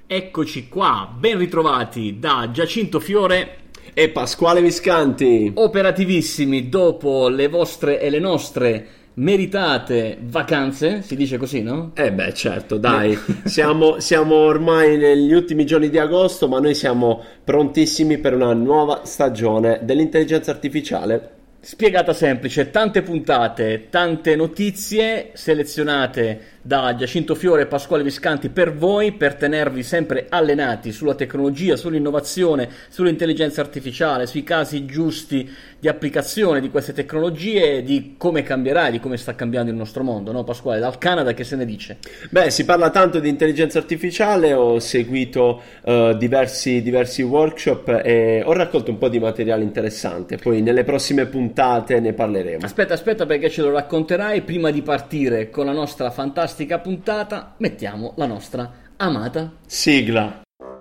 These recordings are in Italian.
Eccoci qua, ben ritrovati da Giacinto Fiore e Pasquale Viscanti, operativissimi dopo le vostre e le nostre meritate vacanze, si dice così, no? Beh, certo, dai, siamo ormai negli ultimi giorni di agosto, ma noi siamo prontissimi per una nuova stagione dell'intelligenza artificiale. Spiegata semplice, tante puntate, tante notizie selezionate da Giacinto Fiore e Pasquale Viscanti per voi, per tenervi sempre allenati sulla tecnologia, sull'innovazione, sull'intelligenza artificiale, sui casi giusti di applicazione di queste tecnologie e di come cambierà e di come sta cambiando il nostro mondo, no Pasquale? Dal Canada che se ne dice? Beh, si parla tanto di intelligenza artificiale, ho seguito diversi workshop e ho raccolto un po' di materiale interessante, poi nelle prossime puntate ne parleremo. Aspetta perché ce lo racconterai. Prima di partire con la nostra fantastica puntata mettiamo la nostra amata sigla.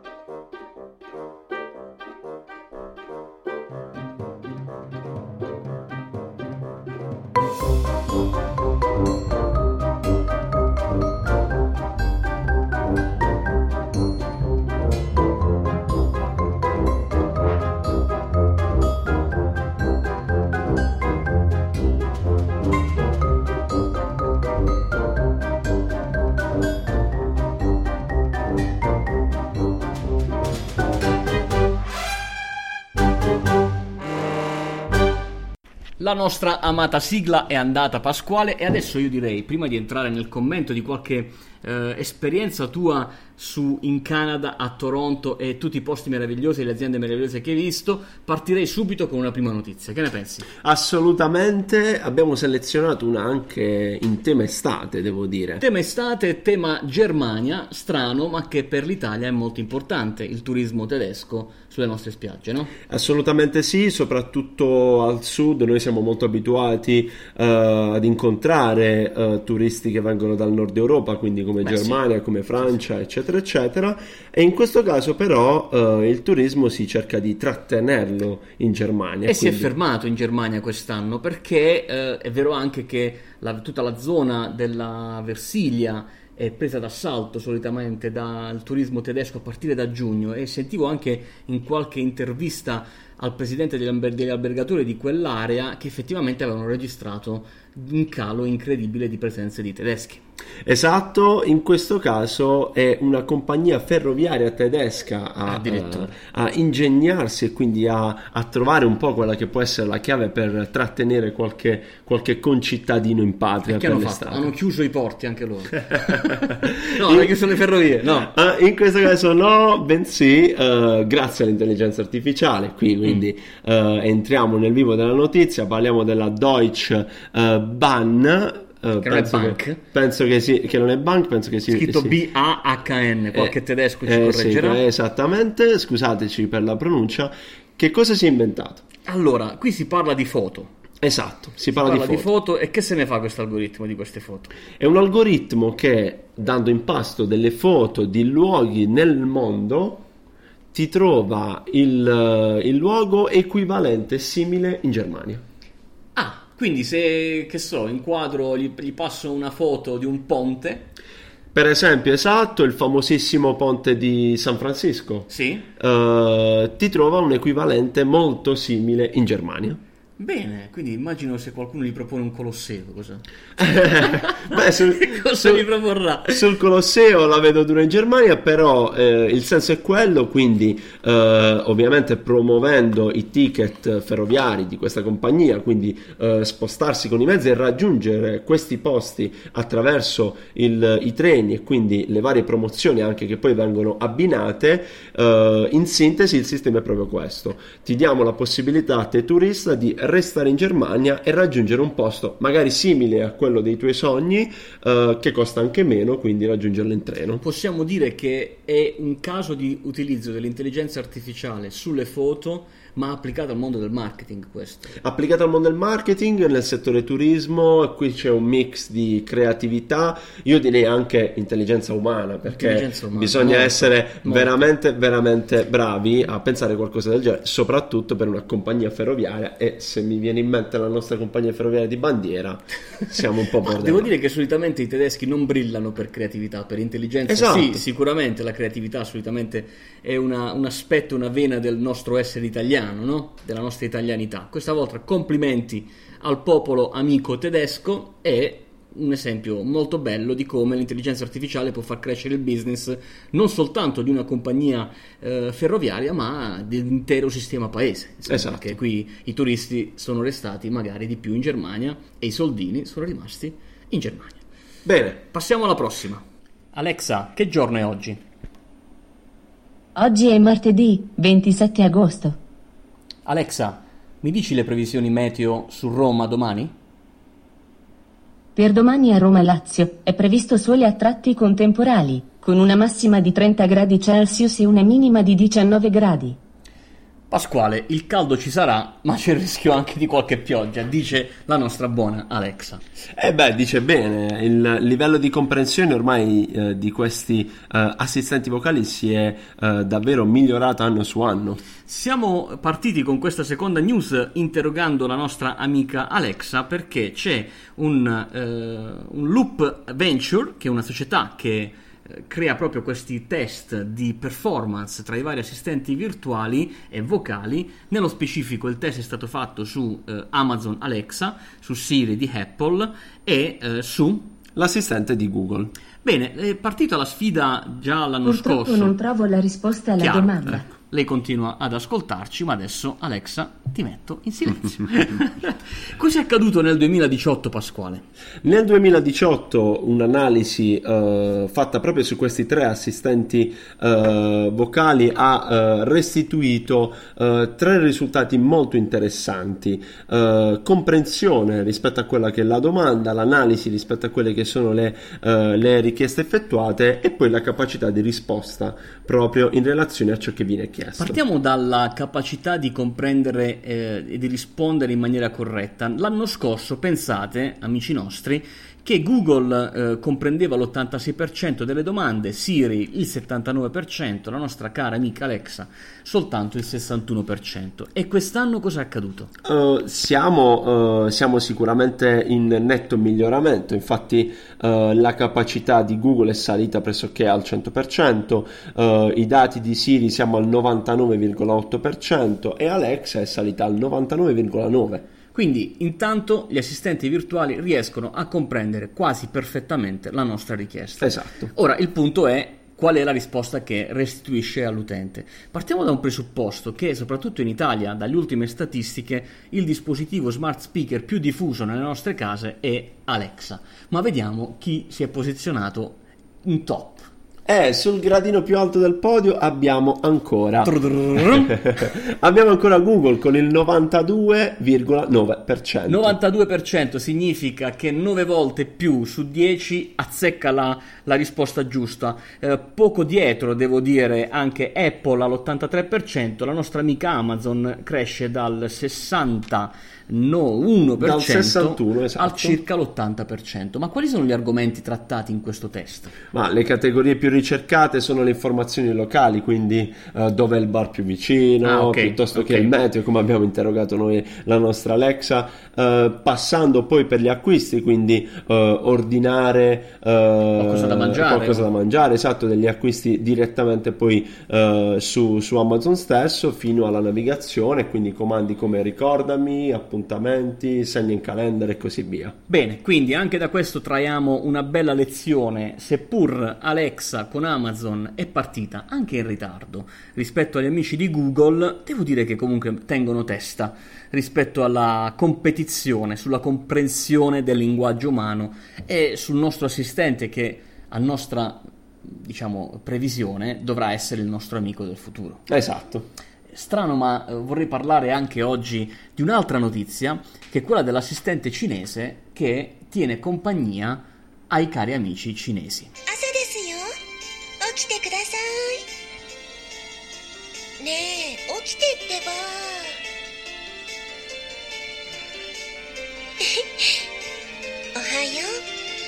La nostra amata sigla è andata, Pasquale, e adesso io direi, prima di entrare nel commento di qualche esperienza tua in Canada, a Toronto e tutti i posti meravigliosi e le aziende meravigliose che hai visto, partirei subito con una prima notizia. Che ne pensi? Assolutamente, abbiamo selezionato una anche in tema estate, devo dire. Tema estate, tema Germania, strano, ma che per l'Italia è molto importante, il turismo tedesco sulle nostre spiagge, no? Assolutamente sì, soprattutto al sud. Noi siamo molto abituati ad incontrare turisti che vengono dal nord Europa, quindi come Germania, sì, come Francia, sì, eccetera eccetera, e in questo caso però il turismo si cerca di trattenerlo in Germania. E quindi si è fermato in Germania quest'anno perché è vero anche che tutta la zona della Versilia è presa d'assalto solitamente dal turismo tedesco a partire da giugno, e sentivo anche in qualche intervista al presidente degli albergatori di quell'area che effettivamente avevano registrato un calo incredibile di presenze di tedeschi. Esatto, in questo caso è una compagnia ferroviaria tedesca a ingegnarsi e quindi a trovare un po' quella che può essere la chiave per trattenere qualche concittadino in patria. Che hanno fatto? Hanno chiuso i porti anche loro. No, hanno chiuso le ferrovie, no. In questo caso no, bensì grazie all'intelligenza artificiale. Quindi entriamo nel vivo della notizia, parliamo della Deutsche Bahn. Che non è Bank. Penso che sì, che non è Bank, penso che sia scritto sì. BAHN, qualche tedesco ci correggerà. Sì, esattamente, scusateci per la pronuncia. Che cosa si è inventato? Allora, qui si parla di foto. Esatto, si parla di foto. E che se ne fa questo algoritmo di queste foto? È un algoritmo che, dando in pasto delle foto di luoghi nel mondo, ti trova il luogo equivalente simile in Germania. Quindi se, inquadro, gli passo una foto di un ponte. Per esempio, esatto, il famosissimo ponte di San Francisco. Sì. Ti trova un equivalente molto simile in Germania. Bene, quindi immagino se qualcuno gli propone un Colosseo, cosa? Cosa gli proporrà? Sul Colosseo la vedo dura in Germania, però il senso è quello, quindi ovviamente promuovendo i ticket ferroviari di questa compagnia, quindi spostarsi con i mezzi e raggiungere questi posti attraverso i treni e quindi le varie promozioni anche che poi vengono abbinate. In sintesi il sistema è proprio questo: ti diamo la possibilità a te turista di restare in Germania e raggiungere un posto magari simile a quello dei tuoi sogni, che costa anche meno, quindi raggiungerlo in treno. Possiamo dire che è un caso di utilizzo dell'intelligenza artificiale sulle foto ma applicato al mondo del marketing questo. Applicato al mondo del marketing, nel settore turismo, qui c'è un mix di creatività, io direi anche intelligenza umana, perché bisogna essere veramente bravi a pensare qualcosa del genere, soprattutto per una compagnia ferroviaria, e se mi viene in mente la nostra compagnia ferroviaria di bandiera, siamo un po' borderline. Devo dire che solitamente i tedeschi non brillano per creatività, per intelligenza. Esatto. Sì, sicuramente la creatività solitamente è un aspetto, una vena del nostro essere italiano, no? Della nostra italianità. Questa volta complimenti al popolo amico tedesco, e un esempio molto bello di come l'intelligenza artificiale può far crescere il business non soltanto di una compagnia ferroviaria, ma dell'intero sistema paese. Insomma, esatto. Perché qui i turisti sono restati magari di più in Germania e i soldini sono rimasti in Germania. Bene, passiamo alla prossima. Alexa, che giorno è oggi? Oggi è martedì 27 agosto. Alexa, mi dici le previsioni meteo su Roma domani? Per domani a Roma-Lazio è previsto sole a tratti con temporali, con una massima di 30 gradi Celsius e una minima di 19 gradi. Pasquale, il caldo ci sarà, ma c'è il rischio anche di qualche pioggia, dice la nostra buona Alexa. Dice bene, il livello di comprensione ormai di questi assistenti vocali si è davvero migliorato anno su anno. Siamo partiti con questa seconda news interrogando la nostra amica Alexa, perché c'è un Loop Venture, che è una società che crea proprio questi test di performance tra i vari assistenti virtuali e vocali. Nello specifico il test è stato fatto su Amazon Alexa, su Siri di Apple e su l'assistente di Google. Bene, è partita la sfida già l'anno Purtroppo scorso. non trovo la risposta alla domanda. Ecco. Lei continua ad ascoltarci, ma adesso Alexa ti metto in silenzio. Cos'è accaduto nel 2018, Pasquale? Nel 2018 un'analisi fatta proprio su questi 3 assistenti vocali ha restituito 3 risultati molto interessanti: comprensione rispetto a quella che è la domanda, l'analisi rispetto a quelle che sono le richieste effettuate, e poi la capacità di risposta proprio in relazione a ciò che viene chiesto. Partiamo dalla capacità di comprendere e di rispondere in maniera corretta. L'anno scorso, pensate, amici nostri, che Google comprendeva l'86% delle domande, Siri il 79%, la nostra cara amica Alexa soltanto il 61%. E quest'anno cosa è accaduto? Siamo sicuramente in netto miglioramento. Infatti la capacità di Google è salita pressoché al 100%, i dati di Siri siamo al 99,8% e Alexa è salita al 99,9%. Quindi intanto gli assistenti virtuali riescono a comprendere quasi perfettamente la nostra richiesta. Esatto. Ora il punto è: qual è la risposta che restituisce all'utente? Partiamo da un presupposto che, soprattutto in Italia, dalle ultime statistiche, il dispositivo smart speaker più diffuso nelle nostre case è Alexa. Ma vediamo chi si è posizionato in top. Sul gradino più alto del podio abbiamo ancora Google con il 92,9%. 92% significa che 9 volte più su 10 azzecca la risposta giusta. Poco dietro, devo dire, anche Apple all'83%, la nostra amica Amazon cresce dal 61% dal 61, esatto, al circa l'80%. Ma quali sono gli argomenti trattati in questo test? Ma le categorie più ricercate sono le informazioni locali, quindi dove è il bar più vicino, piuttosto che il meteo, come abbiamo interrogato noi la nostra Alexa, passando poi per gli acquisti, quindi ordinare qualcosa da mangiare, esatto, degli acquisti direttamente poi su Amazon stesso, fino alla navigazione, quindi comandi come ricordami, appuntamenti, segna in calendar e così via. Bene, quindi anche da questo traiamo una bella lezione. Seppur Alexa con Amazon è partita anche in ritardo rispetto agli amici di Google, devo dire che comunque tengono testa rispetto alla competizione sulla comprensione del linguaggio umano e sul nostro assistente che, a nostra previsione, dovrà essere il nostro amico del futuro. Esatto. Strano, ma vorrei parlare anche oggi di un'altra notizia, che è quella dell'assistente cinese che tiene compagnia ai cari amici cinesi. おはよう。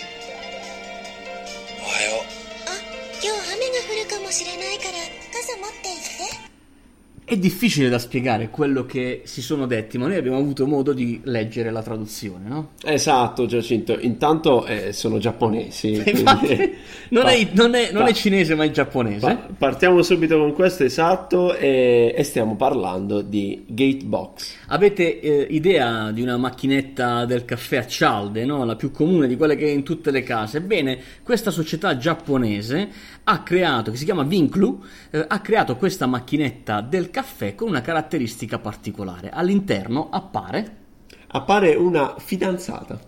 おはよう。 あ、今日雨が降るかもしれないから傘持って行って。 È difficile da spiegare quello che si sono detti, ma noi abbiamo avuto modo di leggere la traduzione, no? Esatto, Giacinto. Intanto sono giapponesi. Infatti, non è cinese, ma è giapponese. Partiamo subito con questo, esatto, e stiamo parlando di Gatebox. Avete idea di una macchinetta del caffè a cialde, no? La più comune di quelle che è in tutte le case? Ebbene, questa società giapponese ha creato, che si chiama Vinclu, ha creato questa macchinetta del caffè con una caratteristica particolare. All'interno appare una fidanzata.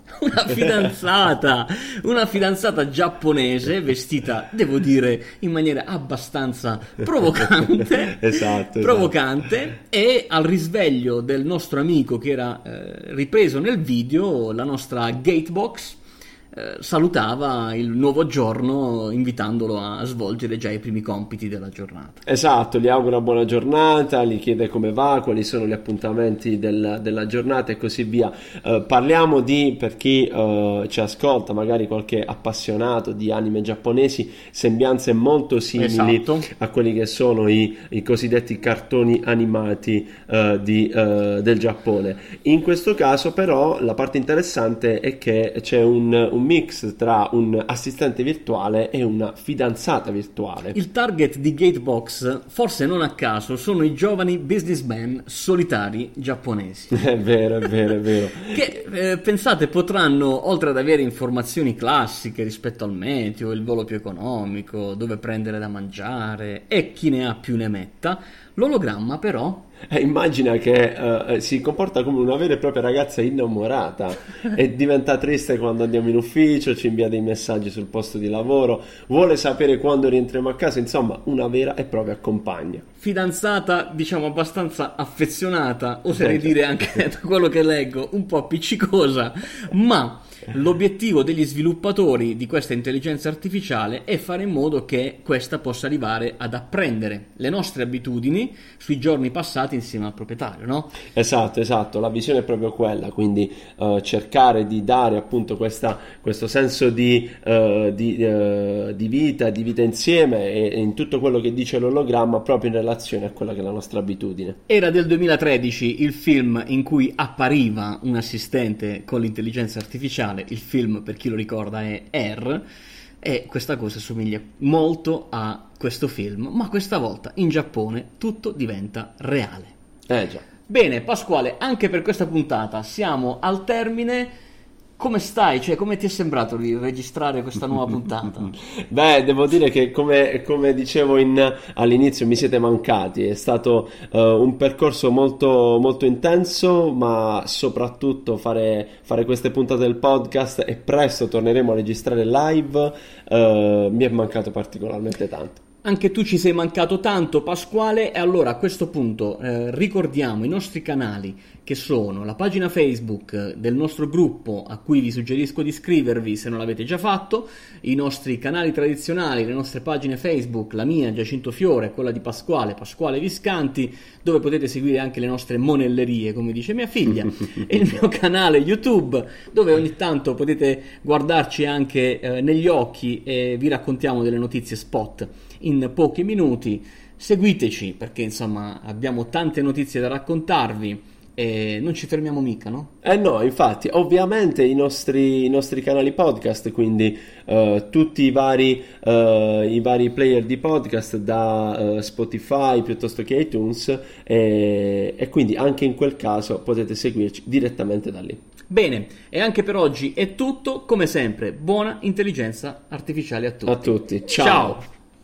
Una fidanzata giapponese vestita, devo dire, in maniera abbastanza provocante. Esatto. Provocante. E al risveglio del nostro amico che era ripreso nel video, la nostra Gatebox salutava il nuovo giorno invitandolo a svolgere già i primi compiti della giornata. Esatto, gli augura buona giornata, gli chiede come va, quali sono gli appuntamenti della giornata e così via. Parliamo per chi ci ascolta, magari qualche appassionato di anime giapponesi, sembianze molto simili, esatto, a quelli che sono i cosiddetti cartoni animati del Giappone. In questo caso però la parte interessante è che c'è un mix tra un assistente virtuale e una fidanzata virtuale. Il target di Gatebox, forse non a caso, sono i giovani businessmen solitari giapponesi. È vero. Che pensate potranno, oltre ad avere informazioni classiche rispetto al meteo, il volo più economico, dove prendere da mangiare e chi ne ha più ne metta, l'ologramma però immagina che si comporta come una vera e propria ragazza innamorata e diventa triste quando andiamo in ufficio, ci invia dei messaggi sul posto di lavoro, vuole sapere quando rientriamo a casa, insomma una vera e propria compagna. Fidanzata, diciamo, abbastanza affezionata, oserei dire anche da quello che leggo un po' appiccicosa, ma l'obiettivo degli sviluppatori di questa intelligenza artificiale è fare in modo che questa possa arrivare ad apprendere le nostre abitudini sui giorni passati insieme al proprietario, no? Esatto, la visione è proprio quella, quindi cercare di dare appunto questo senso di vita insieme e in tutto quello che dice l'ologramma proprio in relazione a quella che è la nostra abitudine. Era del 2013 il film in cui appariva un assistente con l'intelligenza artificiale. Il film, per chi lo ricorda, è Air, e questa cosa somiglia molto a questo film, ma questa volta in Giappone tutto diventa reale. Già. Bene, Pasquale, anche per questa puntata siamo al termine. Come stai? Cioè, come ti è sembrato di registrare questa nuova puntata? Beh, devo dire che come dicevo all'inizio mi siete mancati, è stato un percorso molto, molto intenso, ma soprattutto fare queste puntate del podcast, e presto torneremo a registrare live, mi è mancato particolarmente tanto. Anche tu ci sei mancato tanto, Pasquale, e allora a questo punto ricordiamo i nostri canali, che sono la pagina Facebook del nostro gruppo, a cui vi suggerisco di iscrivervi se non l'avete già fatto, i nostri canali tradizionali, le nostre pagine Facebook, la mia Giacinto Fiore, quella di Pasquale Viscanti, dove potete seguire anche le nostre monellerie, come dice mia figlia, e il mio canale YouTube, dove ogni tanto potete guardarci anche negli occhi e vi raccontiamo delle notizie spot in pochi minuti. Seguiteci, perché insomma abbiamo tante notizie da raccontarvi e non ci fermiamo mica, no? No, infatti, ovviamente i nostri canali podcast, quindi tutti i vari player di podcast, da Spotify piuttosto che iTunes, e quindi anche in quel caso potete seguirci direttamente da lì. Bene, e anche per oggi è tutto. Come sempre, buona intelligenza artificiale a tutti. A tutti, ciao.